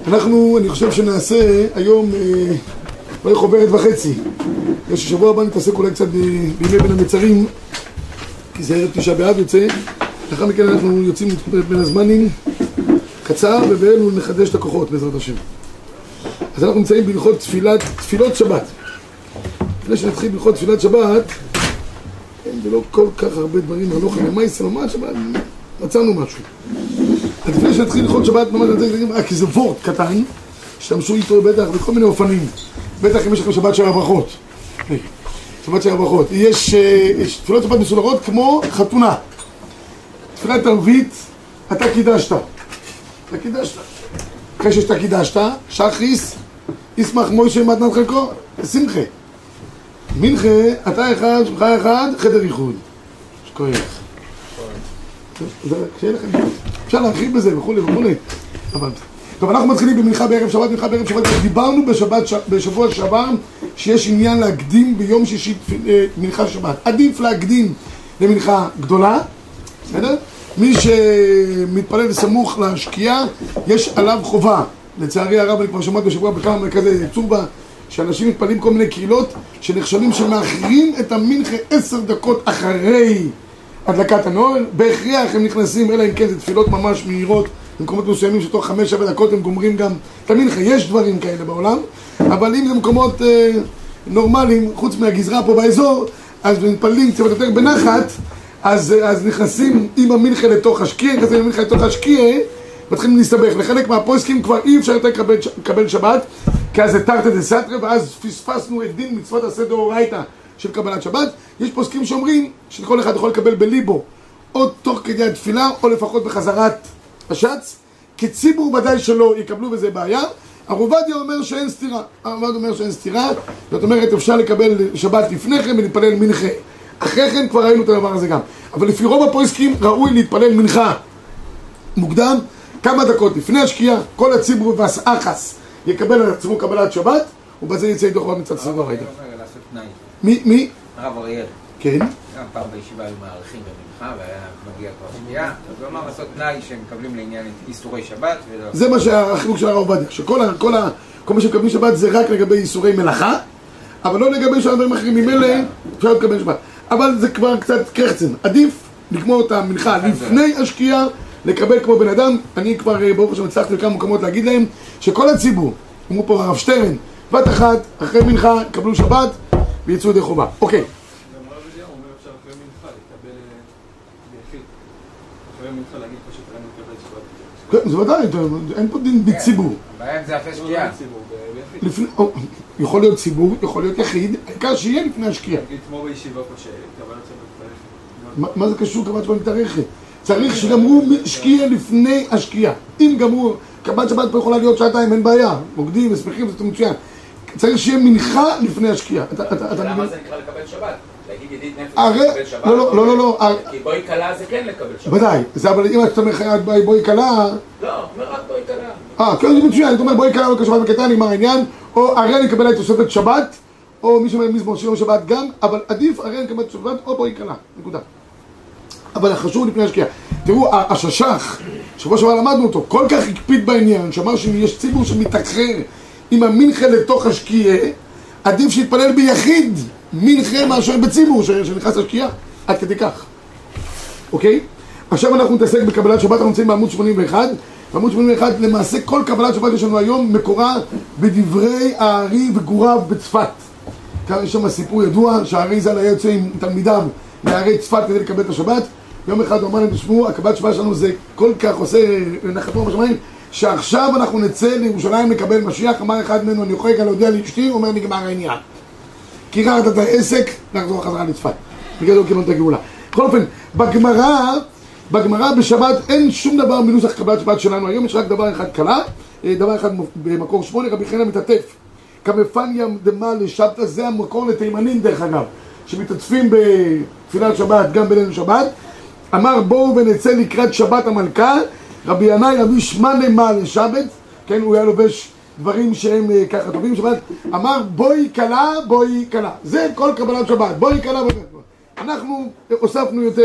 אני חושב שנעשה היום בערך חוברת וחצי. יש שבוע הבא נתעסק אולי קצת בימי בין המצרים, כי זה ערב תשעה באב יוצא. לאחר מכן אנחנו יוצאים בין הזמנים קצר, ובאלו נחדש את הכוחות בעזרת השם. אז אנחנו נמצאים בהלכות תפילות שבת. לפני שנתחיל בהלכות תפילת שבת, ולא כל כך הרבה דברים הלוך למייסר, ממש, אבל מצאנו משהו. אז לפני שנתחיל בהלכות שבת, ממש נתחיל להגיד, כי זה וורט קטן, שתמשו איתו בטח בכל מיני אופנים. בטח אם יש לכם שבת של הברכות. שבת של הברכות. יש תפילות שבת מסולרות כמו חתונה. תפילת ערבית, אתה קידשת. אתה קידשת. אחרי שאתה קידשת, שחריס, ישמח מוישה מתנת חלקו, שמחה. מנחה, אתה אחד, שלך אחד, חדר ייחוד. שכוח. כשיהיה לכם, אפשר להרחיב בזה וכולי וכולי. טוב, אנחנו מתחילים במנחה בערב שבת, מנחה בערב שבת. דיברנו בשבוע שעבר שיש עניין להקדים ביום שישי מנחה שבת. עדיף להקדים למנחה גדולה, בסדר? מי שמתפלל לסמוך לשקיעה, יש עליו חובה. לצערי הרב, אני כבר שמעת בשבוע בכמה מרכזי צורבה, שאנשים מתפללים כל מיני קהילות שנחשבים שמאחרים את המנחה 10 דקות אחרי הדלקת הנר. בהכרח הם נכנסים, אלא אם כן זה תפילות ממש מהירות, במקומות מסוימים שתוך 5-7 דקות הם גומרים גם את המנחה. יש דברים כאלה בעולם, אבל אם זה מקומות נורמליים, חוץ מהגזרה פה באזור, אז מתפללים קצת יותר בנחת, אז נכנסים עם המנחה לתוך השקיעה, נכנסים עם המנחה לתוך השקיעה, מתחילים להסתבך. לחלק מהפוסקים כבר אי אפשר יותר לקבל שבת, כי אז זה תרתי דסתרי, ואז פספסנו את דין מצוות עשה דאורייתא של קבלת שבת. יש פוסקים שאומרים שכל אחד יכול לקבל בליבו, או תוך כדי התפילה, או לפחות בחזרת השץ. כציבור ודאי שלא יקבלו בזה בעיה. הרב עובדיה אומר שאין סתירה. הרב עובדיה אומר שאין סתירה, זאת אומרת אפשר לקבל שבת לפני כן ולהתפלל מנחה. אחרי כן כבר ראינו את הדבר הזה גם. אבל לפי רוב הפוסקים ראוי להתפלל מנחה מוקדם, כמה דקות לפני השקיעה. כל הציבור והאחס יקבל על עצמו קבלת שבת, ובזה יצא ידו חובה מצד סדר הרגע. מי? הרב אריאל. כן. גם פעם בישיבה היו מערכים במנחה, והיה מגיע כבר שקיעה. אז הוא אמר לעשות תנאי שהם מקבלים לעניין איסורי שבת. זה מה שהחילוק של הרב עובדיה, שכל מה שמקבלים שבת זה רק לגבי איסורי מלאכה, אבל לא לגבי שאר דברים אחרים. ממילא אפשר לקבל שבת. אבל זה כבר קצת קרחצן. עדיף לגמור את המנחה לפני השקיעה, לקבל כמו בן אדם. אני כבר ברוך השם הצלחתי בכמה מקומות להגיד להם שכל הציבור, אמרו פה הרב שטרן, בת אחת אחרי מנחה קבלו שבת ויצאו ידי חובה. אוקיי. גם הרב אליהו אומר אפשר אחרי מנחה לקבל ביחיד. אחרי מנחה להגיד פשוט אין לקבל שבת. כן, זה ודאי, אין פה דין בציבור. הבעיה זה אחרי שקיעה. יכול להיות ציבור, יכול להיות יחיד, העיקר שיהיה לפני השקיעה. נגיד כמו בישיבה פה שקבלת שבת מתארכת. מה זה קשור קבלת שבת מתארכת? צריך שגמרו שקיעה לפני השקיעה. אם גמרו, קבלת שבת פה יכולה להיות שעתיים, אין בעיה. מוקדים ושמחים, זה מצוין. צריך שיהיה מנחה לפני השקיעה. למה זה נקרא לקבל שבת? להגיד ידיד נפש לקבל שבת? לא. כי בואי קלה זה כן לקבל שבת. ודאי, אבל אם אתה אומר חיית בואי קלה... לא, אומר רק בואי קלה. כן, זה מצוין, אתה אומר בואי קלה בואי שבת וקטן, נגמר העניין, או הרי אני אקבל את תוספת שבת, או מי שאומר מזמור שיום שבת גם, אבל עדיף הרי אני אקבל את שבת או בואי קלה, נקודה. אבל החשוב לפני השקיעה. תראו, הששך, שבוע שעבר למדנו אותו, כל כך הקפיד בעניין, שאמר שאם יש ציבור שמתאחר עם המנחה לתוך השקיעה, עדיף שיתפלל ביחיד מנחה מאשר בציבור שנכנס לשקיעה, עד כדי כך. אוקיי? עכשיו אנחנו נתעסק בקבלת שבת, אנחנו נמצאים בעמוד 81. בעמוד 81, למעשה כל קבלת שבת יש לנו היום מקורה בדברי הארי וגוריו בצפת. כאן יש שם סיפור ידוע שהארי ז"ל היה יוצא עם תלמידיו לערי צפת כדי לקבל את השבת. יום אחד הוא אמר להם, תשמעו, הקבלת שבת שלנו זה כל כך עושה נחתו בשמיים, שעכשיו אנחנו נצא לירושלים לקבל משיח. אמר אחד ממנו, אני יכול להודיע לאשתי, הוא אומר, נגמר העניין. קיררת את העסק, נחזור חזרה לצפת. בגלל לא קיבלנו את הגאולה. בכל אופן, בגמרא בשבת אין שום דבר מנוסח קבלת שבת שלנו. היום יש רק דבר אחד קלה, דבר אחד במקור 8, רבי חנינא מתעטף. כמפניה דמה לשבתא, זה המקור לתימנים דרך אגב, שמתעטפים בתפילת שבת, גם בליל שבת. אמר בואו ונצא לקראת שבת המלכה, רבי ינאי רבי שמונה מה לשבת, כן, הוא היה לובש דברים שהם ככה טובים שבת. אמר בואי קלה, זה כל קבלת שבת, בואי קלה. אנחנו הוספנו יותר,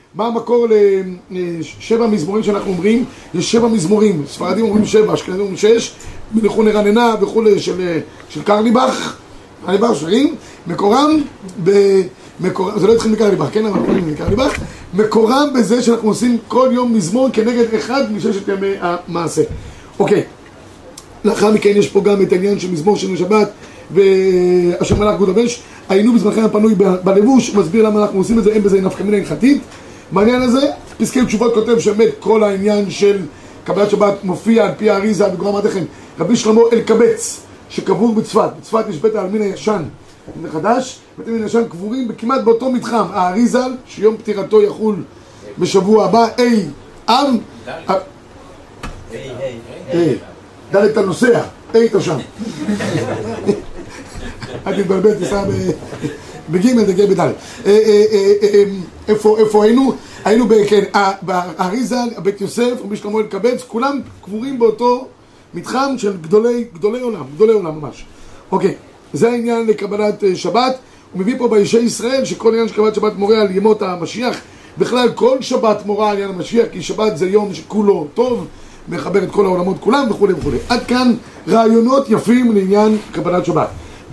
מה המקור לשבע מזמורים שאנחנו אומרים? יש 7 מזמורים, ספרדים אומרים 7, אשכנזים אומרים 6, מלכו נרננה וכולי של קרליבך, שרים, מקורם זה לא התחיל מקרליבך, כן? אבל מקרליבך, מקורם בזה שאנחנו עושים כל יום מזמור כנגד אחד מששת ימי המעשה. אוקיי, לאחר מכן יש פה גם את העניין של מזמור של שבת ואשר מלך גוד אבש, היינו בזמנכם הפנוי בלבוש, מסביר למה אנחנו עושים את זה, אין בזה נפקא מינה הלכתית. בעניין הזה, פסקי תשובות כותב שבאמת כל העניין של קבלת שבת מופיע על פי האריזה בגמרא מתכם. רבי שלמה אלקבץ שקבור בצפת, בצפת יש בית העלמין הישן מחדש, בית העלמין הישן קבורים כמעט באותו מתחם, האריזל שיום פטירתו יחול בשבוע הבא, דלת הנוסע, אתה שם אל תתבלבל, תיסע בגימל, תגיע בדלת. איפה היינו? היינו באריזל, בית יוסף, רבי שלמה אלקבץ, כולם קבורים באותו מתחם של גדולי עולם ממש. אוקיי, זה העניין לקבלת שבת. הוא מביא פה באישי ישראל שכל עניין של קבלת שבת מורה על ימות המשיח. בכלל כל שבת מורה על עניין המשיח, כי שבת זה יום שכולו טוב, מחבר את כל העולמות כולם וכו' וכו'. עד כאן רעיונות יפים לעניין קבלת שבת.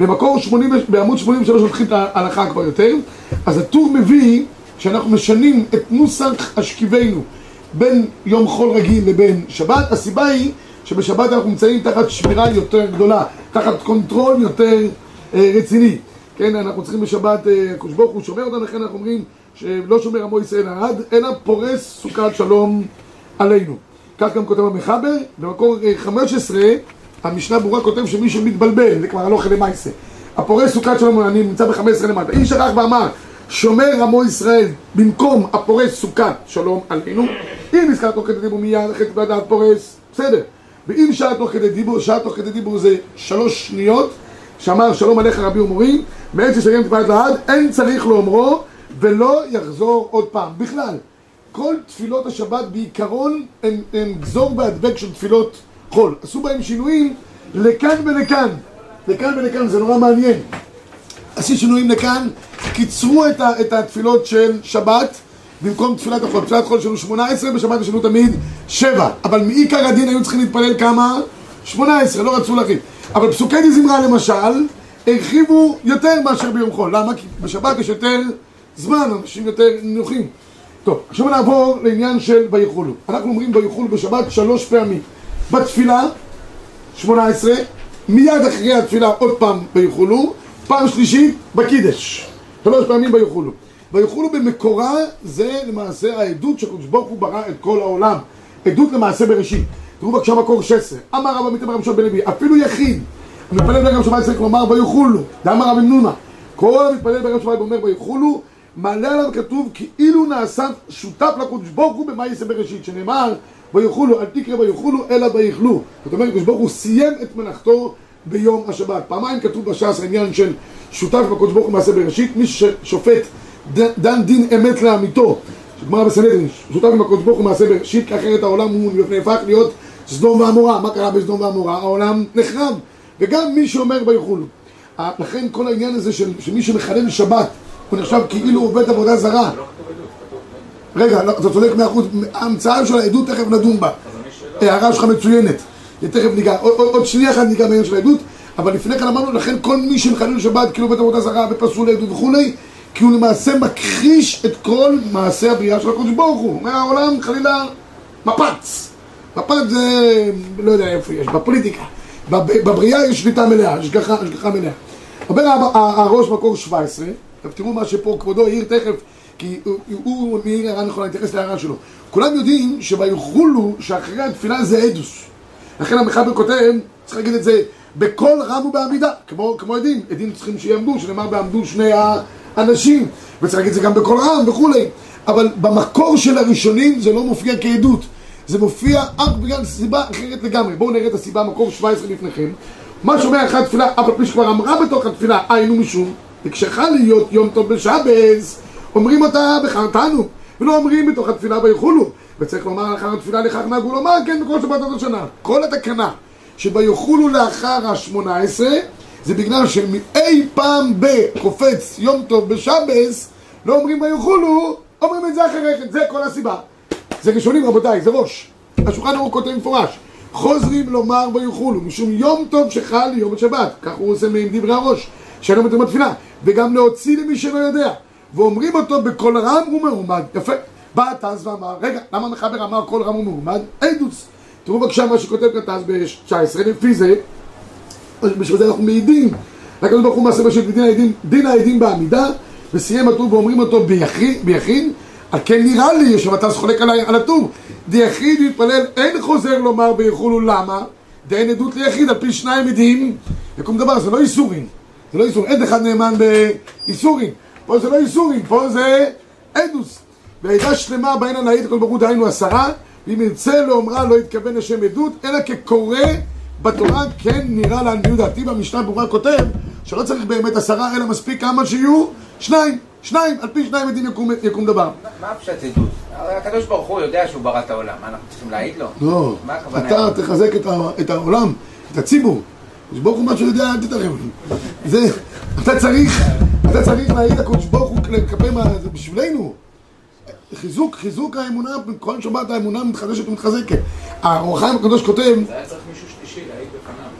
בעמוד 83 נתחיל את ההלכה כבר יותר. אז הטור מביא שאנחנו משנים את נוסח השכיבנו בין יום חול רגיל לבין שבת. הסיבה היא שבשבת אנחנו נמצאים תחת שמירה יותר גדולה, תחת קונטרול יותר רציני. כן, אנחנו צריכים בשבת, הקדוש ברוך הוא שומר אותנו, לכן אנחנו אומרים שלא שומר עמו ישראל עד, אלא פורס סוכת שלום עלינו. כך גם כותב המחבר, במקור 15, המשנה ברורה כותב שמי שמתבלבל, זה כבר הלוך למעשה. הפורס סוכת שלום, אני נמצא ב-15 למטה. איש שכח ואמר, שומר עמו ישראל, במקום הפורס סוכת שלום עלינו, אם נזכר תוך כדי דיבור מיד, אחרי תבדעת פורס, בסדר. ואם שעה תוך כדי דיבור זה 3 שניות, שאמר שלום עליך רבי ומורי, מעת ששרים תפילת לעד, אין צריך לאומרו, ולא יחזור עוד פעם. בכלל, כל תפילות השבת בעיקרון הן גזור והדבק של תפילות חול. עשו בהם שינויים לכאן ולכאן. לכאן ולכאן, זה נורא מעניין. עשו שינויים לכאן, קיצרו את התפילות של שבת, במקום תפילת החול. תפילת חול שלנו 18, בשבת שלנו תמיד 7. אבל מעיקר הדין היו צריכים להתפלל כמה? 18, לא רצו להרחיב. אבל פסוקי דזמרה למשל, הרחיבו יותר מאשר ביום חול. למה? כי בשבת יש יותר זמן, אנשים יותר נוחים. טוב, עכשיו נעבור לעניין של ויחולו. אנחנו אומרים ויחולו בשבת 3 פעמים. בתפילה, 18, מיד אחרי התפילה עוד פעם ויחולו, פעם שלישית בקידש. 3 פעמים ויחולו. ויחולו במקורה זה למעשה העדות שהקדוש ברוך הוא ברא את כל העולם. עדות למעשה בראשית. תראו בבקשה מקור 16. אמר רב עמית אמר רב שמעון בן לוי, אפילו יחיד המתפלל בערב שבת צריך לומר ויחולו. דאמר רבי מנונה, כל המתפלל בערב שבת ואומר ויחולו, מעלה עליו כתוב כאילו נעשה שותף לקדוש ברוך הוא במה יעשה בראשית, שנאמר ויחולו, אל תקרא ויחולו אלא ויחלו. זאת אומרת, הקדוש ברוך הוא סיים את מלאכתו ביום השבת. פעמיים כתוב בש"ס העניין של שותף לקדוש ברוך הוא במעשה בראשית. מי ששופט דן דין אמת לאמיתו, שגמרא בסנהדרין, שותף עם הקדוש ברוך הוא במעשה בראשית, כי אחרת העולם הוא נהפך להיות סדום ועמורה. מה קרה בסדום ועמורה? העולם נחרב. וגם מי שאומר ויחולו. לכן כל העניין הזה שמי שמחלל שבת הוא נחשב כאילו עובד עבודה זרה. רגע, אתה צודק 100%. ההמצאה של העדות תכף נדון בה. הערה שלך מצוינת. תכף ניגע. עוד שנייה אחת ניגע בעניין של העדות. אבל לפני כן אמרנו, לכן כל מי שמחלל שבת כאילו עובד עבודה זרה ופסול לעדות וכולי, כי הוא למעשה מכחיש את כל מעשה הבריאה של הקדוש ברוך הוא. מהעולם חלילה מפץ. מפץ זה לא יודע איפה יש, בפוליטיקה. בבריאה יש שליטה מלאה, השגחה מלאה. אומר הראש מקור 17, תראו מה שפה כבודו העיר תכף, כי הוא מעיר הערה נכונה, נתייחס להערה שלו. כולם יודעים שביחולו שאחרי התפילה זה עדוס. לכן המחבר כותב, צריך להגיד את זה בכל רם ובעמידה, כמו עדים. עדים צריכים שיעמדו, שנאמר בעמדו 2 האנשים, וצריך להגיד את זה גם בכל רם וכולי. אבל במקור של הראשונים זה לא מופיע כעדות. זה מופיע אך בגלל סיבה אחרת לגמרי. בואו נראה את הסיבה, מקור 17 לפניכם. מה שאומר אחת תפילה, אף על פי שכבר אמרה בתוך התפילה, היינו משום, וכשחל להיות יום טוב בשבס, אומרים אותה בחרתנו, ולא אומרים בתוך התפילה ויחולו. וצריך לומר לאחר התפילה לכך נהגו לומר, כן, בכל שבת עד השנה. כל התקנה שביחולו לאחר ה-18, זה בגלל שמאי פעם בקופץ יום טוב בשבס, לא אומרים ויחולו, אומרים את זה אחרי כן, זה כל הסיבה. זה ראשונים רבותיי, זה ראש. השולחן ערוך כותב מפורש. חוזרים לומר ויוכלו, משום יום טוב שחל יום השבת. כך הוא עושה עם דברי הראש, שאינו מתאים בתפילה. וגם להוציא למי שלא יודע. ואומרים אותו בקול רם ומעומד. יפה. בא תז ואמר, רגע, למה מחבר אמר קול רם ומעומד? עדוס. תראו בבקשה מה שכותב כתז ב-19, לפי זה, בשביל זה אנחנו מעידים. רק ברוך הוא מעשה בשביל דין העדים בעמידה, וסיים הטור ואומרים אותו ביחיד, על כן נראה לי שבתז חולק על הטור. דיחיד יתפלל, אין חוזר לומר ויכולו למה, דאין עדות ליחיד על פי שניים עדים, יקום דבר, זה לא איסורים. זה לא איסורים, עד אחד נאמן באיסורים. פה זה לא איסורים, פה זה עדוס. והעדה שלמה בהן להעיד הכל ברור דהיינו 10, ואם ירצה לאומרה לא יתכוון לשם עדות, אלא כקורא בתורה. כן נראה לעניות דעתי במשנה ברורה כותב שלא צריך באמת 10, אלא מספיק כמה שיהיו 2, על פי 2 עדים יקום דבר. מה פשט עדות? הקדוש ברוך הוא יודע שהוא ברא את העולם, מה אנחנו צריכים להעיד לו? לא, אתה תחזק את העולם, את הציבור. הקדוש ברוך הוא מה שהוא יודע, אל תתערב. אתה צריך להעיד הקדוש ברוך הוא כלפי מה זה בשבילנו. חיזוק האמונה, כל שבת האמונה מתחדשת ומתחזקת. האור החיים הקדוש כותב... זה היה צריך מישהו שלישי להעיד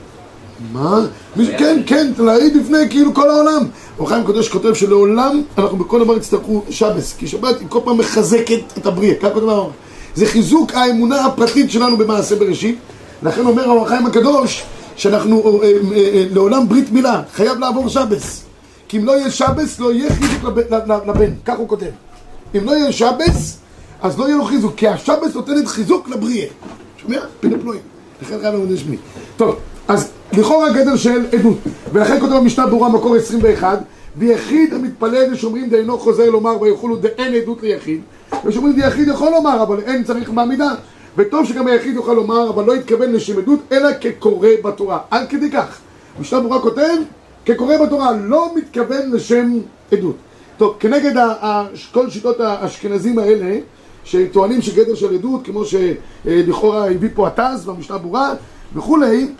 בפניו. מה? כן, להעיד בפני כאילו כל העולם. האור החיים הקדוש כותב שלעולם אנחנו בכל דבר יצטרכו שבס, כי שבת היא כל פעם מחזקת את הבריאה. כך כותב האור. זה חיזוק האמונה הפרטית שלנו במעשה בראשית. לכן אומר האור החיים הקדוש שאנחנו לעולם ברית מילה, חייב לעבור שבס. כי אם לא יהיה שבס, לא יהיה חיזוק לבן. כך הוא כותב. אם לא יהיה שבס, אז לא יהיה לו חיזוק, כי השבס נותנת חיזוק לבריאה. שומע? פינה פלואים. לכן ראה לנו נשמי. טוב, אז לכאורה גדר של עדות. ולכן כותב המשנה ברורה מקור 21, ויחיד המתפלל ושומרים דאינו חוזר לומר ויכולו דאין עדות ליחיד. ושומרים דיחיד יכול לומר, אבל אין צריך מעמידה. וטוב שגם היחיד יוכל לומר, אבל לא יתכוון לשם עדות, אלא כקורא בתורה. עד כדי כך. המשנה ברורה כותב, כקורא בתורה, לא מתכוון לשם עדות. טוב, כנגד כל שיטות האשכנזים האלה, שטוענים שגדר של עדות, כמו שלכאורה הביא פה התז והמשנה ברורה וכולי,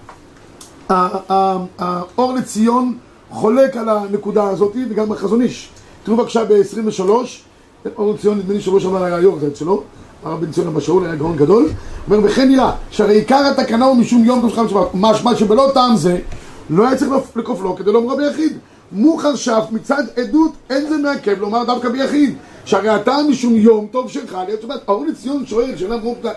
האור לציון חולק על הנקודה הזאת, וגם החזון איש. תראו בבקשה ב-23, אור לציון נדמה לי שבוע שעבר היה היור זה שלו, הרב בן ציון אבא שאול היה גאון גדול, אומר וכן נראה, שהרי עיקר התקנה הוא משום יום טוב שבת, משמע שבלא טעם זה, לא היה צריך לכופלו כדי לומר ביחיד. מוכר שף מצד עדות אין זה מעכב לומר דווקא ביחיד, שהרי אתה משום יום טוב שלך להיות שבת. האור לציון שואל שאלה מרופתה,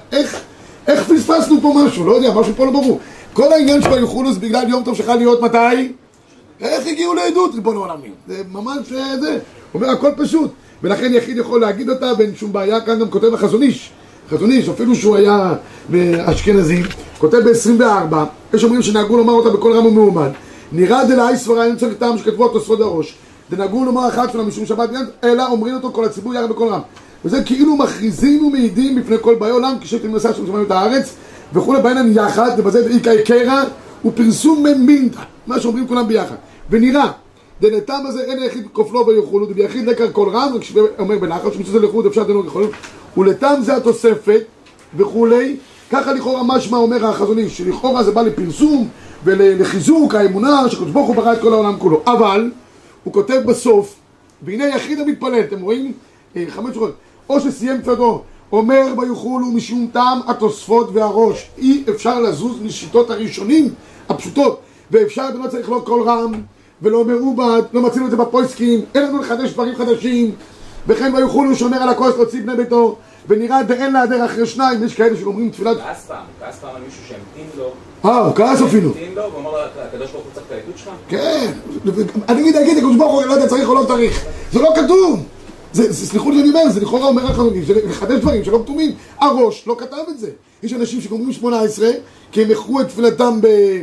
איך פספסנו פה משהו? לא יודע, משהו פה לא ברור. כל העניין של היכולוס בגלל יום טוב שלך להיות מתי? איך הגיעו לעדות ריבון העולמים? זה ממש זה, אומר הכל פשוט, ולכן יחיד יכול להגיד אותה ואין שום בעיה. כאן גם כותב החזון איש, אפילו שהוא היה באשכנזים, כותב ב-24, יש אומרים שנהגו לומר אותה בכל רם ומעומד. נראה דלאי סברה, אין צריך טעם שכתבו התוספות הראש, דנהגו לומר אחת שלה משום שבת, אלא אומרים אותו כל הציבור יחד בכל רם. וזה כאילו מכריזים ומעידים בפני כל באי עולם, כשאתם נעשה שם שמיים את הארץ, וכולי בעינן יחד, ובזה דאיקה יקרה, ופרסום ממינתא, מה שאומרים כולם ביחד. ונראה, דנתם הזה אין היחיד כופלו ויכולו, וביחיד לקר כל רם, רק שאומר בנחל, שמצוא זה לחוד, אפשר דנו יכולו, ולתם זה התוספת, וכולי, ככה לכאורה משמע אומר החזון איש, שלכאורה זה בא לפרסום, ולחיזוק האמונה שקדוש ברוך הוא ברא את כל העולם כולו. אבל הוא כותב בסוף, והנה יחיד המתפלל, אתם רואים? 5 שורות, או שסיים תפילתו, אומר ויכולו משום טעם התוספות והראש. אי אפשר לזוז משיטות הראשונים הפשוטות, ואפשר לא צריך לא כל רם ולא מעובד, לא מצינו את זה בפויסקים, אין לנו לחדש דברים חדשים. וכן ויכולו שומר על הכוס להוציא בני ביתו, ונראה דאין להדר אחרי 2. יש כאלה שאומרים תפילת... כעס פעם על מישהו שהמתין לו. הוא כעס אפילו. המתין לו, ואומר לו, הקדוש ברוך הוא צריך את העדות שלך? כן, אני אגיד, הקדוש ברוך הוא לא יודע צריך או לא צריך. זה לא כתוב. סליחו לי שאני אומר, זה לכאורה אומר החזון, זה לחדש דברים שלא כתובים. הראש לא כתב את זה. יש אנשים שגומרים 18, כי הם הכרו את תפילתם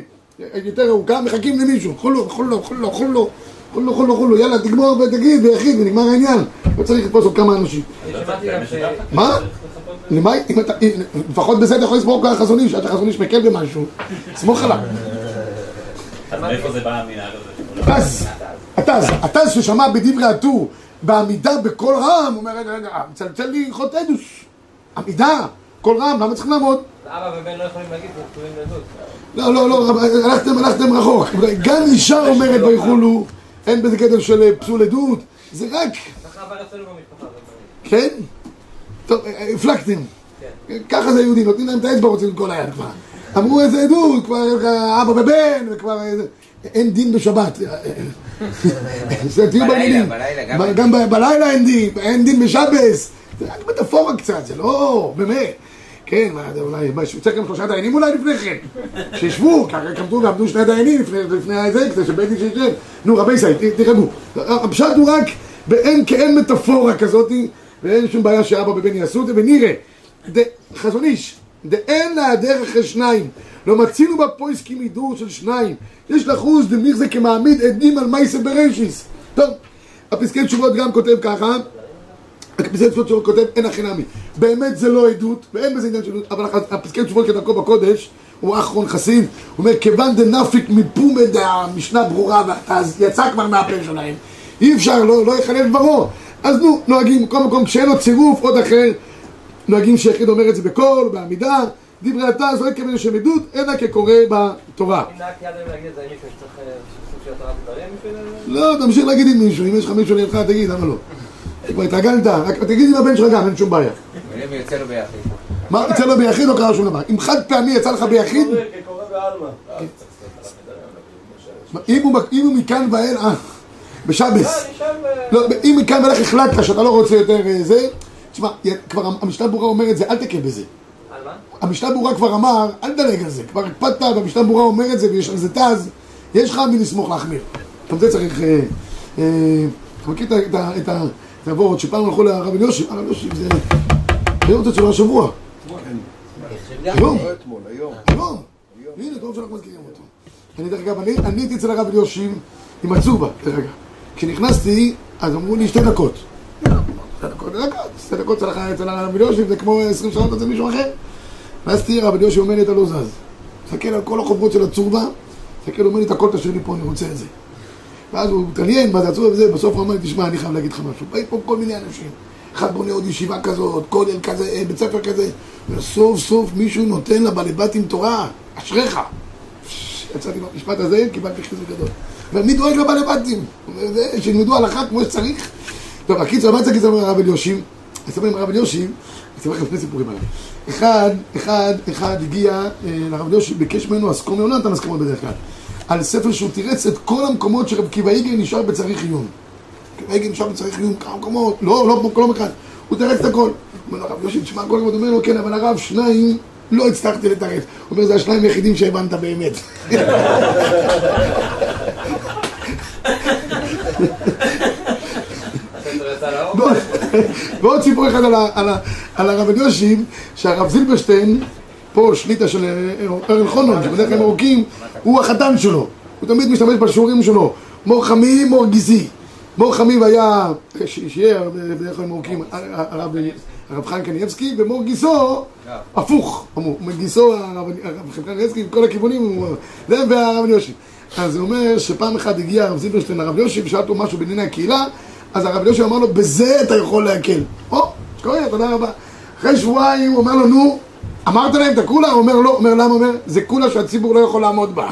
ביותר ארוכה, מחכים למישהו. חולו, יאללה, תגמור ותגיד, ביחיד, ונגמר העניין. לא צריך לתפוס עוד כמה אנשים. מה? למה? לפחות בזה אתה יכול לסמוך ככה חזוני, שעד שהחזוני שמקל במשהו, סמוך עליו. אז מאיפה זה בא המנהג הזה? התז ששמע בדברי הטור, בעמידה בכל רם, הוא אומר, רגע, מצלצל לי חוט עדוס. עמידה, כל רם, למה צריכים לעמוד? אבא ובן לא יכולים להגיד, זה כתובים לעדות. לא, הלכתם רחוק. גם אישה אומרת ויכולו, אין בזה קטע של פסול עדות, זה רק... ככה אבל אצלנו במשפחה. כן? טוב, הפלגתם. ככה זה יהודים, נותנים להם את האצבע, רוצים כל היד כבר. אמרו איזה עדות, כבר אבא ובן, וכבר אין דין בשבת. גם בלילה אין דין בשבס. זה רק מטאפורה קצת, זה לא, באמת. כן, אולי, צריך גם 3 דיינים אולי לפני כן. שישבו, ככה עמדו 2 דיינים לפני זה, כדי שבית דין שישב. נו, רבי סי, תרגעו. הפשט הוא רק כאין מטאפורה כזאת, ואין שום בעיה שאבא ובן יעשו את זה, ונראה. חזון איש, דאין להיעדר אחרי 2, לא מצינו בפויסקים הידור של 2, יש לחוץ דמיך זה כמעמיד עדים על מייסה בראשיס. טוב, הפסקי תשובות גם כותב ככה, הפסקי תשובות כותב אין הכי נמי, באמת זה לא עדות ואין בזה עניין של עדות, אבל הפסקי תשובות כדרכו בקודש הוא אחרון חסיד, הוא אומר כיוון דנפיק מפומד המשנה ברורה אז יצא כבר מהפה שלהם, אי אפשר, לא יחלל דברו, אז נוהגים כל מקום כשאין לו צירוף עוד אחר, נוהגים שיחיד אומר את זה בקול, בעמידה, דברי התז, לא יקבל לשם עדות, אלא כקורא בתורה. אם נהגתי עד היום להגיד את זה עם מישהו שצריך סוג של התורה בדברים בשביל... לא, תמשיך להגיד עם מישהו, אם יש לך מישהו לידך, תגיד, למה לא? כבר התרגלת, רק תגיד עם הבן שלך גם, אין שום בעיה. ואם יצא לו ביחיד. מה, יצא לו ביחיד או קרה שום דבר? אם חד פעמי יצא לך ביחיד... כקורא בעלמא. אם הוא מכאן ואל... בשבס. לא, אם מכאן ואילך החלטת שאתה לא רוצה יותר זה... תשמע, כבר המשנה ברורה אומר את זה, אל תקל בזה. על מה? המשנה ברורה כבר אמר, אל תדלג על זה. כבר הקפדת, והמשנה ברורה אומר את זה, ויש על זה תז, יש לך מי לסמוך להחמיר. גם זה צריך... אתה מכיר את העבורת שפעם הלכו לרב אליושיב, הרב אליושיב זה... היום זה שלו השבוע. היום. הנה, טוב שאנחנו מזכירים אותו. אני דרך אגב, אני הייתי אצל הרב אליושיב עם הצובה, דרך אגב. כשנכנסתי, אז אמרו לי 2 דקות. 2 דקות אצל הרב אליושיב, זה כמו 20 שעות אצל מישהו אחר. ואז תהיה הרב אליושיב אומר לי, אתה לא זז. תסתכל על כל החוברות של הצורבה, תסתכל, אומר לי, את הכל תשאיר לי פה, אני רוצה את זה. ואז הוא מתעניין, מה זה הצורבה וזה, בסוף הוא אומר לי, תשמע, אני חייב להגיד לך משהו. באים פה כל מיני אנשים. אחד בונה עוד ישיבה כזאת, כולל כזה, בית ספר כזה. וסוף סוף מישהו נותן לבעלי בתים תורה. אשריך. יצאתי במשפט הזה, קיבלתי חיזוק גדול. ומי דואג לבעלי בתים? שילמדו הלכה כמו שצריך. טוב, הקיצור, מה צריך לספר הרב אליושיב? אספר עם הרב אליושיב, אני אספר לכם 2 סיפורים עליו. אחד הגיע לרב אליושיב, ביקש ממנו הסכום, הוא לא נתן הסכמות בדרך כלל, על ספר שהוא תירץ את כל המקומות שרב עקיבא איגר נשאר בצריך עיון. עקיבא איגר נשאר בצריך עיון, כמה מקומות, לא אחד. הוא תירץ את הכל. הוא אומר לרב אליושיב, תשמע, כל אחד אומר לו, כן, אבל הרב 2 לא הצלחתי לתרץ. הוא אומר, זה 2 היחידים שהבנת באמת. ועוד סיפור אחד על הרב אליושיב, שהרב זילברשטיין, פה שליטה של ארל חונון, שבדרך כלל מרוקים, הוא החתן שלו, הוא תמיד משתמש בשיעורים שלו, מור חמי, מור גיסי. מור חמי היה, שיהיה בדרך כלל מרוקים, הרב חיים קניאבסקי, ומור גיסו, הפוך, גיסו הרב חיים קניאבסקי, בכל הכיוונים, זה והרב אליושיב. אז זה אומר שפעם אחד הגיע הרב זילברשטיין לרב אליושיב, ושאל אותו משהו בענייני הקהילה, אז הרב אליושיב אמר לו, בזה אתה יכול להקל. שקורא, תודה רבה. אחרי שבועיים הוא אומר לו, נו, אמרת להם את הקולה? הוא אומר, לא. אומר, למה? אומר, זה קולה שהציבור לא יכול לעמוד בה.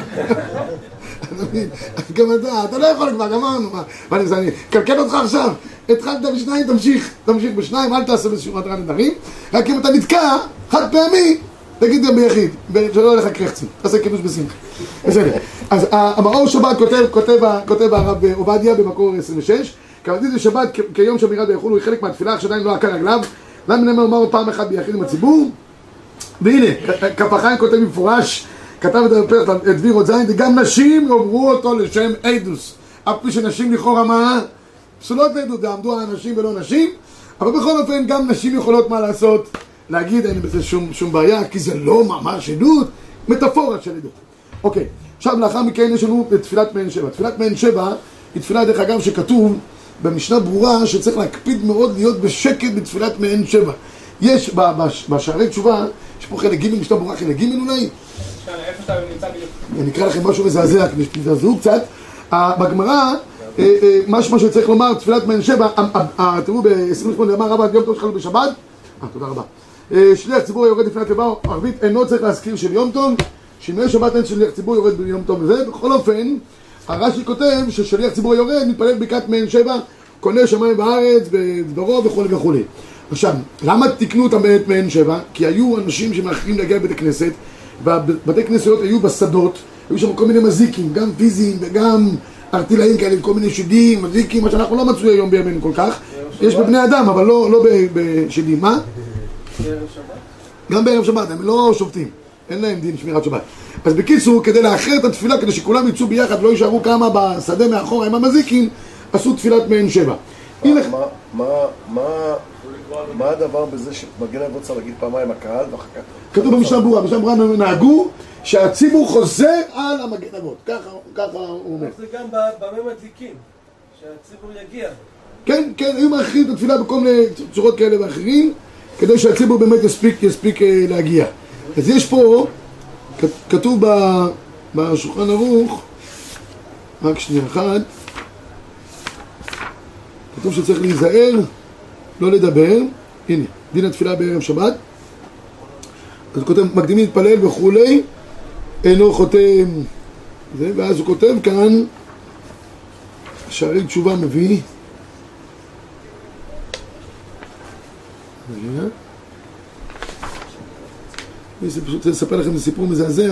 גם אתה לא יכול כבר, גמרנו. ואני קלקל אותך עכשיו. התחלת ב2, תמשיך ב2, אל תעשה בשיעור התורה נדרים. רק אם אתה נתקע, חד פעמי, תגיד גם ביחיד, שלא הולך קרחצים. תעשה קידוש בשמחה. בסדר. אז המאור שבת כותב הרב עובדיה במקור 26, כבדי זה שבת כיום שמירת היכול הוא חלק מהתפילה שעדיין לא עקר רגליו. למה נאמר אומר פעם אחת ביחיד עם הציבור? והנה, כפחיים כותב במפורש, כתב את דביר עוד זין, וגם נשים יאמרו אותו לשם עדוס. אף פי שנשים לכאורה מה? פסולות לעדות, עמדו האנשים ולא נשים, אבל בכל אופן גם נשים יכולות מה לעשות, להגיד אין בזה שום בעיה, כי זה לא ממש עדות, מטאפורה של עדות. אוקיי, עכשיו לאחר מכן יש לנו את תפילת מעין שבע. תפילת מעין שבע היא תפילה דרך אגב שכתוב במשנה ברורה שצריך להקפיד מאוד להיות בשקט בתפילת מעין שבע. יש בשערי תשובה, יש פה חלק ג' משנה ברורה, חלק ג' אולי? איפה שאתה נמצא בדיוק? אני אקרא לכם משהו מזעזע, כדי שתזעזעו קצת. בגמרא, משהו שצריך לומר, תפילת מעין שבע, תראו ב-28 אמר רבא, יום טוב שחלו בשבת. תודה רבה. שליח ציבור היורד לפני התיבה, ערבית אינו צריך להזכיר של יום טוב, שינוי שבת אין שליח ציבור יורד ביום טוב וזה. בכל אופן, הרש"י כותב ששליח ציבור היורד מתפלל ברכת מעין שבע, קונה שמיים בארץ בדברו וכו'. עכשיו, למה תקנו אותם בעת מעין 7? כי היו אנשים שמאחרים להגיע לבית הכנסת, ובתי כנסיות היו בשדות, היו שם כל מיני מזיקים, גם פיזיים וגם ארטילאים כאלה, כל מיני שדים, מזיקים, מה שאנחנו לא מצוי היום בימינו כל כך. יש בבני אדם, אבל לא בשדים. מה? בערב שבת? גם בערב שבת, הם לא שובתים. אין להם דין שמירת שבת. אז בקיצור, כדי לאחר את התפילה, כדי שכולם יצאו ביחד, לא יישארו כמה בשדה מאחורה עם המזיקים, עשו תפילת מעין 7. מה הדבר בזה שמגן אבות צריך להגיד פעמיים הקהל ואחר כך? כתוב במשנה ברורה, נהגו שהציבור חוזר על המגן אבות. ככה הוא אומר. זה גם במי מדליקים, שהציבור יגיע. כן, היו מאחרים את התפילה בכל מיני צורות כאלה ואחרים, כדי שהציבור באמת יספיק להגיע. אז יש פה, כתוב בשולחן ערוך, רק שנייה אחת, כתוב שצריך להיזהר, לא לדבר. הנה, דין התפילה בערב שבת. אז הוא כותב, מקדימים להתפלל וכולי, אינו חותם זה, ואז הוא כותב כאן, שערי תשובה מביא, אני פשוט רוצה לספר לכם סיפור מזעזע.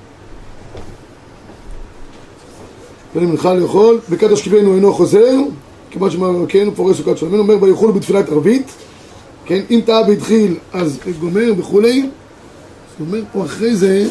ואני מנחה לאכול, בקד השכיבנו אינו חוזר, כמעט שמר כן, הוא פורס סוכת שלמנו, אומר ויאכולו בתפילת ערבית, כן, אם טעה והתחיל אז גומר וכולי. אז הוא אומר פה אחרי זה,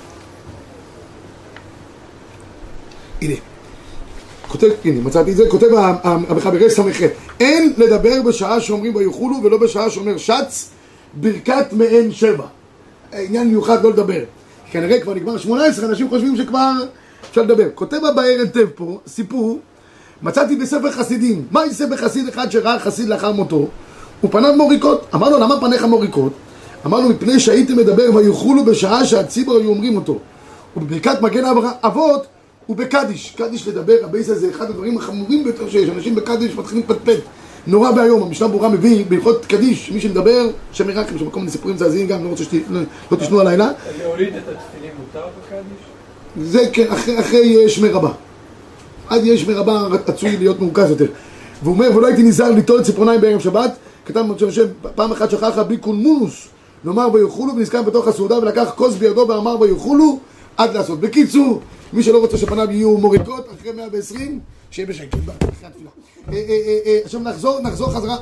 הנה, כותב, הנה, מצאתי את זה, כותב המחברי סמ"ח, אין לדבר בשעה שאומרים ויאכולו ולא בשעה שאומר שץ ברכת מעין 7. עניין מיוחד לא לדבר. כנראה כבר נגמר 18, אנשים חושבים שכבר אפשר לדבר. כותב הבאר היטב פה, סיפור, מצאתי בספר חסידים. מה יעשה בחסיד אחד שראה חסיד לאחר מותו? הוא פניו מוריקות. אמר לו, למה פניך מוריקות? אמר לו, מפני שהייתם מדבר ויאכולו בשעה שהציבור היו אומרים אותו. ובברכת מגן אבות הוא בקדיש. קדיש לדבר, הבייס זה אחד הדברים החמורים ביותר שיש. אנשים בקדיש מתחילים פטפט. נורא והיום, המשנה ברורה מביא בהלכות קדיש, מי שמדבר, שם ירחם, שם כל מיני סיפורים זעזעים גם, לא רוצה לא תשנו הלילה. להוליד את התפילים מותר בקדיש? זה כן, אחרי שמי רבה. עד יש שמי רבה עצוי להיות מורכז יותר. והוא אומר, ולא הייתי נזהר ליטול את ציפורניים בערב שבת, כתב פעם אחת שכח בלי קולמונוס, לומר ויאכולו ונזכר בתוך הסעודה ולקח כוס בידו ואמר ויאכולו עד לעשות. בקיצור, מי שלא רוצה שפניו יהיו מוריקות אחרי 120, שיהיה בשקט, אחרי התפילה. עכשיו נחזור חזרה.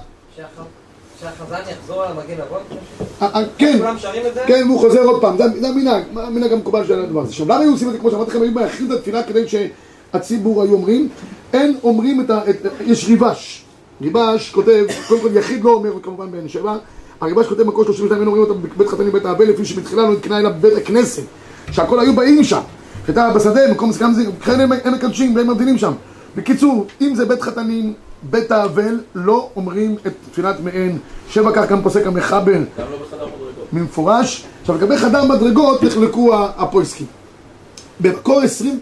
שהחזן יחזור על המגן אבות? כן, כולם שרים את זה? כן, והוא חוזר עוד פעם, זה המנהג המקובל של הדבר הזה. עכשיו, למה היו עושים את זה? כמו שאמרתי לכם, היו מאחרים את התפילה כדי שהציבור היו אומרים, אין אומרים יש ריבש. ריבש כותב, קודם כל יחיד לא אומר, כמובן בעין 7, הריבש כותב מקור 32, אין אומרים אותה בבית חתנים בית האבל, לפי שבתחילה לא התקנה אלא בבית הכנסת, שהכל היו באים שם, שהייתה בשדה, מקום מסכם זה, לכן הם מקדשים והם מבדינים שם. בקיצור, אם זה בית חתנים, בית האבל, לא אומרים את תפילת מעין 7, כך גם פוסק המחבר. גם לא בחדר מדרגות. ממפורש. עכשיו, לגבי חדר מדרגות נחלקו הפויסקים. במקור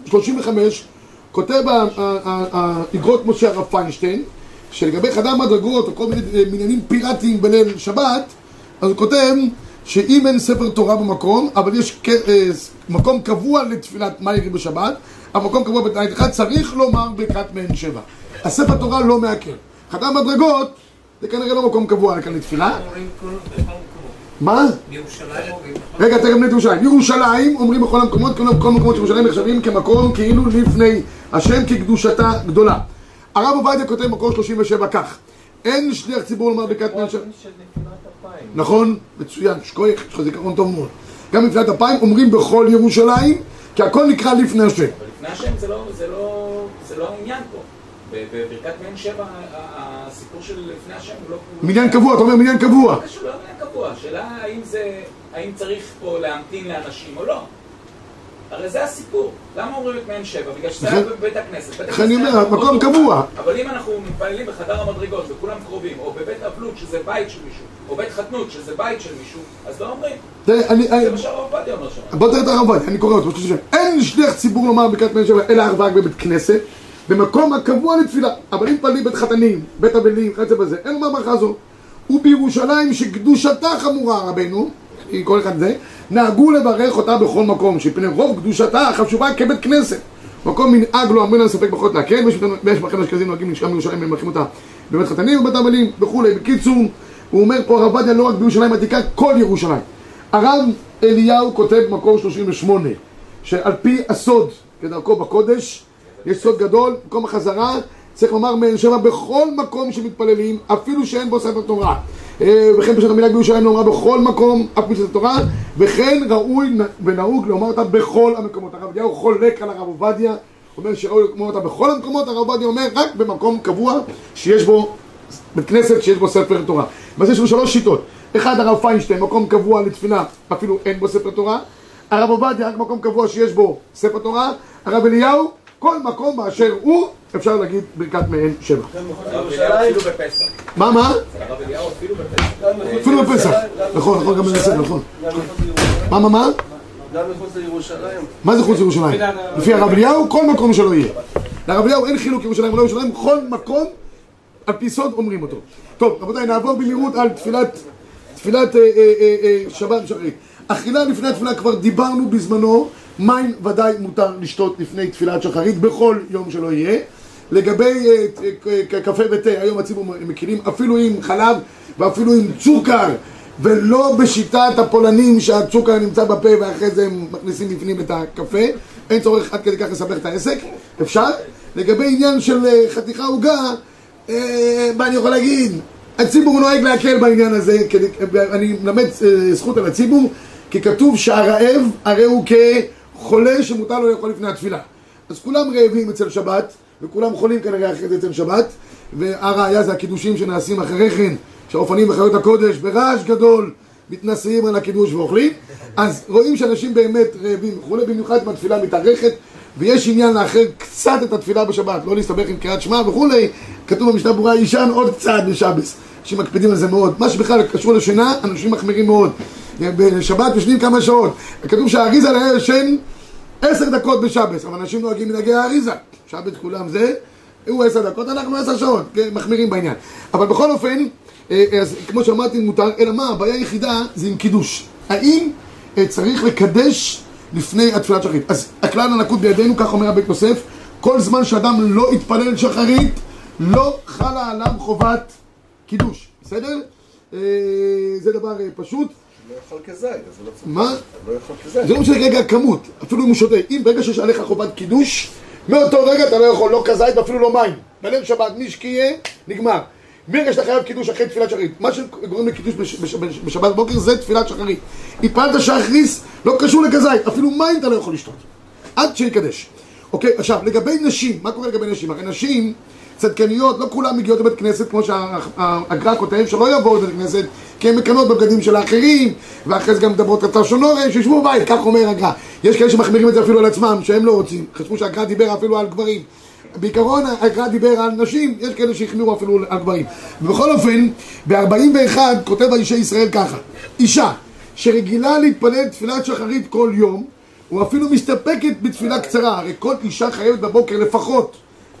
35 כותב האגרות משה הרב פיינשטיין, שלגבי חדר מדרגות או כל מיני מניינים פיראטיים בליל שבת, אז הוא כותב שאם אין ספר תורה במקום, אבל יש מקום קבוע לתפילת מיירי בשבת, המקום קבוע בתנאי אחד, צריך לומר ברכת מעין 7. הספר תורה לא מעקר. חדר מדרגות זה כנראה לא מקום קבוע כאן לתפילה. מה? בירושלים אומרים. רגע, תכף נאת ירושלים. ירושלים אומרים בכל המקומות, כל מקומות שירושלים נחשבים כמקום כאילו לפני השם כקדושתה גדולה. הרב עובדיה כותב מקור 37 כך: אין שליח ציבור לומר ברכת מעין 7. נכון? מצוין, שכוח, יש לך זיכרון טוב מאוד. גם נפילת אפיים אומרים בכל ירושלים, כי הכל נקרא לפני השם. אבל לפני השם זה לא העניין פה. בברכת מעין 7 הסיפור של לפני השם הוא לא... מניין קבוע, אתה אומר מניין קבוע. זה לא מניין קבוע, השאלה האם צריך פה להמתין לאנשים או לא. הרי זה הסיפור. למה אומרים את מעין 7? בגלל שזה היה בבית הכנסת. איך אני אומר, מקום קבוע. אבל אם אנחנו מתפללים בחדר המדרגות וכולם קרובים, או בבית אבלות שזה בית של מישהו, או בית חתנות שזה בית של מישהו, אז לא אומרים. זה מה שהרב עובדיה אומר שם. בוא תראה את הרב עובדיה, אני קורא אותו. אין שליח ציבור לומר ברכת מעין 7 אלא רק בבית כנסת, במקום הקבוע לתפילה. אבל אם פלים בית חתנים, בית אבלים, חצה בזה, אין לומר ברכה זו. ובירושלים שקדושתה חמורה רבנו, כל אחד זה, נהגו לברך אותה בכל מקום, שפני רוב קדושתה חשובה כבית כנסת. מקום מנהג לא אמרין על ספק בחות להקל, ויש בכם אשכנזים נוהגים לשכם בירושלים ומברכים אותה בבית חתנים ובבית אבלים וכולי. בקיצור, הוא אומר פה הרב עובדיה לא רק בירושלים העתיקה, כל ירושלים. הרב אליהו כותב במקור 38, שעל פי הסוד, כדרכו בקודש, יש סוד גדול, מקום החזרה, צריך לומר מעין שבע בכל מקום שמתפללים, אפילו שאין בו ספר תורה. וכן בשעת המנהג בירושלים לומר בכל מקום, אף פי שזה תורה, וכן ראוי ונהוג לומר אותה בכל המקומות. הרב אליהו חולק על הרב עובדיה, אומר שראוי לומר אותה בכל המקומות, הרב עובדיה אומר רק במקום קבוע שיש בו בית כנסת, שיש בו ספר תורה. אז יש לו 3 שיטות. אחד, הרב פיינשטיין, מקום קבוע לתפילה, אפילו אין בו ספר תורה. הרב עובדיה, רק מקום קבוע שיש בו ספר תורה. הרב אליהו, כל מקום באשר הוא, אפשר להגיד ברכת מעין שבע. אפילו בפסח. מה? הרב אליהו אפילו בפסח. אפילו בפסח. נכון, גם בנסק, נכון. מה? גם מחוץ לירושלים. מה זה חוץ לירושלים? לפי הרב אליהו, כל מקום שלא יהיה. לרב אליהו אין חילוק ירושלים ולא ירושלים, כל מקום על פי סוד אומרים אותו. טוב, רבותיי, נעבור במהירות על תפילת שבת שחרית. אכילה לפני התפילה כבר דיברנו בזמנו, מים ודאי מותר לשתות לפני תפילת שחרית בכל יום שלא יהיה. לגבי קפה ותה, היום הציבור מכירים אפילו עם חלב ואפילו עם צוקר, ולא בשיטת הפולנים שהצוקר נמצא בפה ואחרי זה הם מכניסים בפנים את הקפה. אין צורך עד כדי כך לסבך את העסק, אפשר. לגבי עניין של חתיכה עוגה, מה אני יכול להגיד? הציבור נוהג להקל בעניין הזה, אני מלמד זכות על הציבור, כי כתוב שהרעב הרי הוא כחולה שמותר לו לאכול לפני התפילה. אז כולם רעבים אצל שבת, וכולם חולים כנראה אחרי זה אצל שבת, והראיה זה הקידושים שנעשים אחרי כן, שהאופנים וחיות הקודש ברעש גדול מתנשאים על הקידוש ואוכלים. אז רואים שאנשים באמת רעבים וכולי, במיוחד מהתפילה מתארכת, ויש עניין לאחר קצת את התפילה בשבת, לא להסתבך עם קריאת שמע וכולי. כתוב במשנה ברורה, ישן עוד קצת בשבס. אנשים מקפידים על זה מאוד. מה שבכלל קשור לשינה, אנשים מחמירים מאוד. בשבת ישנים כמה שעות. כתוב שהאריזה היה ישן 10 דקות בשבס, אבל אנשים נוהגים מנהגי האריזה. שבת כולם זה, הוא 10 דקות, אנחנו 10 שעות, מחמירים בעניין. אבל בכל אופן, אז כמו שאמרתי מותר, אלא מה, הבעיה היחידה זה עם קידוש. האם צריך לקדש לפני התפילת שחרית? אז הכלל הנקוט בידינו, כך אומר הבית יוסף, כל זמן שאדם לא יתפלל שחרית, לא חלה עליו חובת קידוש. בסדר? זה דבר פשוט. לא יכול כזית, אז זה לא צריך. מה? לא יכול כזית. זה לא משנה רגע כמות, אפילו אם הוא שותה. אם ברגע שיש עליך חובת קידוש, מאותו רגע אתה לא יכול לא כזית ואפילו לא מים. בליל שבת משקיע, נגמר. ברגע שאתה חייב קידוש אחרי תפילת שחרית, מה שגורם לקידוש בשבת בוקר זה תפילת שחרית. הפעלת שחריס, לא קשור לכזית, אפילו מים אתה לא יכול לשתות עד שיקדש. אוקיי, עכשיו, לגבי נשים, מה קורה לגבי נשים? הרי נשים צדקניות, לא כולם מגיעות לבית כנסת, כמו שהגר"א כותב, שלא יבואו לבית כנסת, כי הן מקנות בבגדים של האחרים, ואחרי זה גם מדברות קצר שונורם, שישבו בבית, כך אומר הגר"א. יש כאלה שמחמירים את זה אפילו על עצמם, שהם לא רוצים. חשבו שהגר"א דיבר אפילו על גברים. בעיקרון הגר"א דיבר על נשים, יש כאלה שהחמירו אפילו על גברים. ובכל אופן, ב-41 כותב האישי ישראל ככה: אישה שרגילה להתפלל תפילת שחרית כל יום, או אפילו מסתפקת בתפילה קצרה, הרי כל אישה חייבת בבוקר לפחות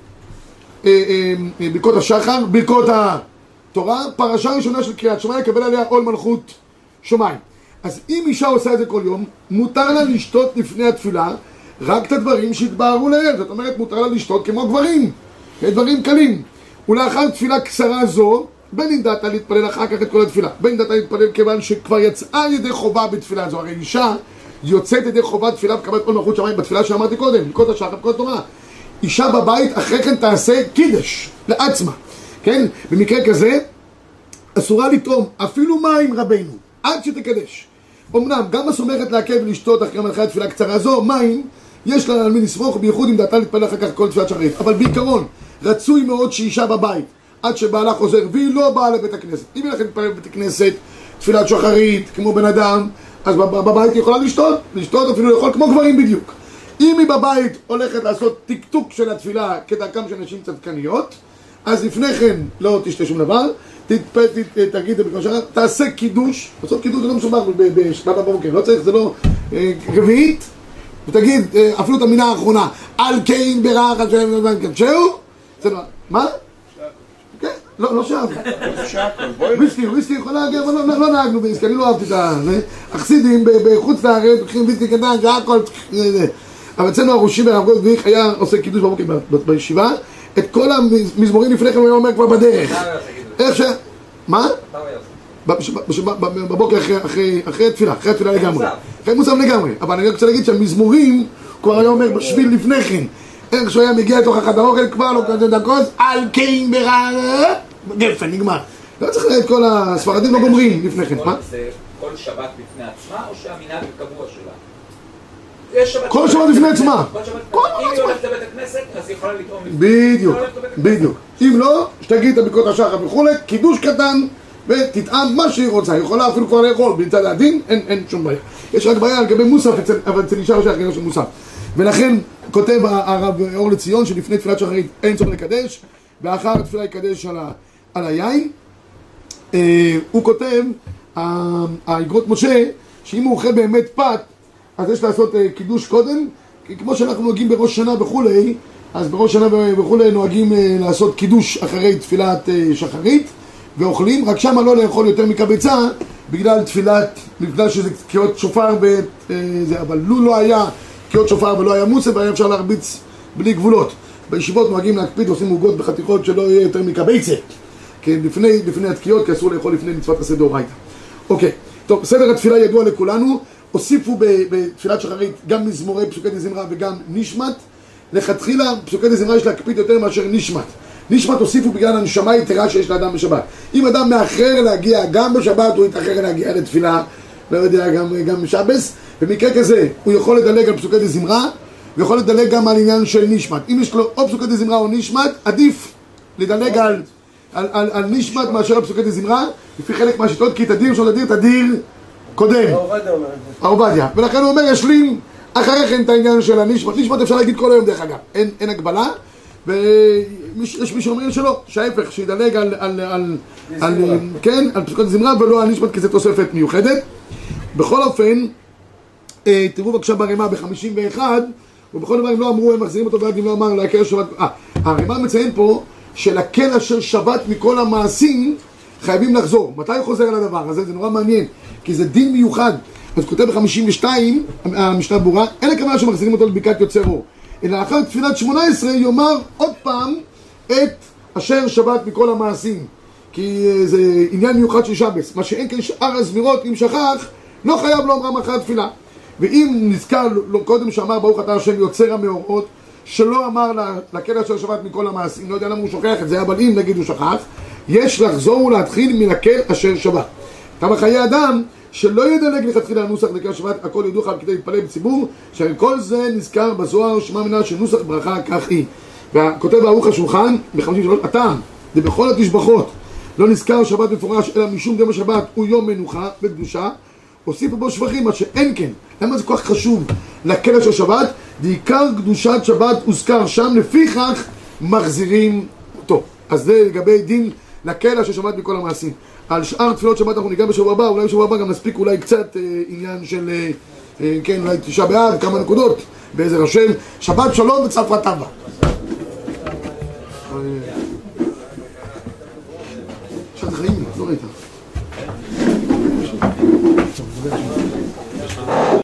ברכות השחר, ברכות התורה, פרשה ראשונה של קריאת שמע, יקבל עליה עול מלכות שמיים. אז אם אישה עושה את זה כל יום, מותר לה לשתות לפני התפילה רק את הדברים שהתבהרו לעיל. זאת אומרת, מותר לה לשתות כמו גברים, דברים קלים. ולאחר תפילה קצרה זו, בין אם דעתה להתפלל אחר כך את כל התפילה, בין דעתה להתפלל כיוון שכבר יצאה ידי חובה בתפילה זו. הרי אישה יוצאת ידי חובה תפילה וקבלת עול מלכות שמיים בתפילה שאמרתי קודם, ברכות השחר, ברכות התורה. אישה בבית אחרי כן תעשה קידש לעצמה, כן? במקרה כזה אסורה לטעום אפילו מים רבינו עד שתקדש. אמנם גם הסומכת לעכב ולשתות אחרי מלאכת תפילה קצרה זו, מים יש לה על מי לסמוך, בייחוד אם דעתה להתפלל אחר כך כל תפילת שחרית. אבל בעיקרון רצוי מאוד שאישה בבית עד שבעלה חוזר והיא לא באה לבית הכנסת. אם היא הולכת להתפלל בבית הכנסת תפילת שחרית כמו בן אדם, אז בבית היא יכולה לשתות אפילו לאכול כמו גברים בדיוק. אם היא בבית הולכת לעשות טיקטוק של התפילה כדרכם של נשים צדקניות, אז לפני כן לא תשתה שום דבר, תגיד בקושי, תעשה קידוש. לעשות קידוש זה לא מסובך בשלב בבוקר, לא צריך, זה לא רביעית, ותגיד אפילו את המילה האחרונה, על קיין ברח, על שם ובן קדשהו, זה לא, מה? כן, לא שאב. וויסקי יכול להגיע, אבל לא נהגנו בוויסקי, אני לא אהבתי את זה. החסידים בחוץ לארץ, לוקחים וויסקי קטן, זה הכל, אבל אצלנו הראשי והרב גולדוויך היה עושה קידוש בבוקר בישיבה, את כל המזמורים לפני כן הוא היה אומר כבר בדרך. איך ש... מה? בבוקר אחרי התפילה לגמרי. אחרי מוסף לגמרי. אבל אני רוצה להגיד שהמזמורים כבר היה אומר בשביל לפני כן. איך שהוא היה מגיע לתוך החדר אוכל כבר לא כזה דקות, על קיין ברע, גפן, נגמר. לא צריך את כל הספרדים לא גומרים לפני כן. זה כל שבת בפני עצמה או שהמנהג הקבוע שלה? כל שבת בפני עצמה. אם היא הולכת לבית הכנסת, אז היא יכולה לטעום בדיוק. אם לא, שתגיד את הברכות השחר וכולי, קידוש קטן ותטעם מה שהיא רוצה. היא יכולה אפילו כבר לאכול בצד הדין, אין שום בעיה. יש רק בעיה לגבי מוסף, אבל אצל אישה שייך גדר של מוסף. ולכן כותב הרב אור לציון שלפני תפילת שחרית אין צורך לקדש, ואחר התפילה יקדש על היין. הוא כותב, האגרות משה, שאם הוא אוכל באמת פת, אז יש לעשות קידוש קודם, כי כמו שאנחנו נוהגים בראש שנה וכולי, אז בראש שנה וכולי נוהגים לעשות קידוש אחרי תפילת שחרית, ואוכלים, רק שמה לא לאכול יותר מקבצה, בגלל שזה תקיעות שופר וזה, אבל לו לא היה תקיעות שופר ולא היה מוסף, היה אפשר להרביץ בלי גבולות. בישיבות נוהגים להקפיד, עושים עוגות בחתיכות שלא יהיה יותר מקבצה. כן, לפני התקיעות, כי אסור לאכול לפני מצוות עשה דאורייתא. אוקיי, טוב, סדר התפילה ידוע לכולנו. הוסיפו בתפילת שחרית גם מזמורי פסוקי דזמרה וגם נשמת. לכתחילה פסוקי דזמרה יש להקפיד יותר מאשר נשמת. נשמת הוסיפו בגלל הנשמה היתרה שיש לאדם בשבת. אם אדם מאחר להגיע גם בשבת, הוא יתאחר להגיע לתפילה, לא יודע, גם בשבס. במקרה כזה, הוא יכול לדלג על פסוקי דזמרה, ויכול לדלג גם על עניין של נשמת. אם יש לו או פסוקי דזמרה או נשמת, עדיף לדלג על נשמת מאשר על פסוקי דזמרה, לפי חלק מהשיטות, כי תדיר אפשר לדיר תדיר קודם. עובדיה. ולכן הוא אומר, ישלים אחרי כן את העניין של הנשמת. נשמת אפשר להגיד כל היום דרך אגב, אין הגבלה. ויש מי שאומרים שלא, שההפך, שידלג על פסוקי דזמרה ולא על נשמת, כי זה תוספת מיוחדת. בכל אופן, תראו בבקשה ברמה ב-51, ובכל דבר הם לא אמרו, הם מחזירים אותו ועד אם לא אמר להקל שבת. הרמה מציין פה שלקל אשר שבת מכל המעשים חייבים לחזור. מתי הוא חוזר על הדבר הזה? זה נורא מעניין, כי זה דין מיוחד. אז כותב ב-52, המשנה ברורה, אין הכוונה שמחזירים אותו לברכת יוצר אור, אלא לאחר תפילת 18 יאמר עוד פעם את אשר שבת מכל המעשים, כי זה עניין מיוחד של שבס. מה שאין כן שאר הזמירות, אם שכח, לא חייב לא אמרם אחרי התפילה. ואם נזכר קודם שאמר ברוך אתה השם יוצר המאורות, שלא אמר לקל אשר שבת מכל המעשים, לא יודע למה הוא שוכח את זה, אבל אם נגיד הוא שכח, יש לחזור ולהתחיל מלקל אשר שבת. כמה חיי אדם שלא ידלג לכתחילה הנוסח לקל שבת, הכל ידעוך על כדי להתפלל בציבור, שכל זה נזכר בזוהר שמע מנה של נוסח ברכה כך היא. וכותב בערוך השולחן ב-53, הטעם זה בכל התשבחות לא נזכר שבת מפורש, אלא משום דם השבת הוא יום מנוחה וקדושה, הוסיפו בו שבחים, מה שאין כן. למה זה כל כך חשוב לקל אשר שבת? בעיקר קדושת שבת הוזכר שם, לפיכך מחזירים אותו. אז זה לגבי דין לקל אשר שבת מכל המעשים. על שאר תפילות שבת אנחנו ניגע בשבוע הבא, אולי בשבוע הבא גם נספיק אולי קצת עניין של, כן, אולי 9 באב, כמה נקודות, בעזר השם. שבת שלום וצפרא טבא. שעת חיים, לא ראית.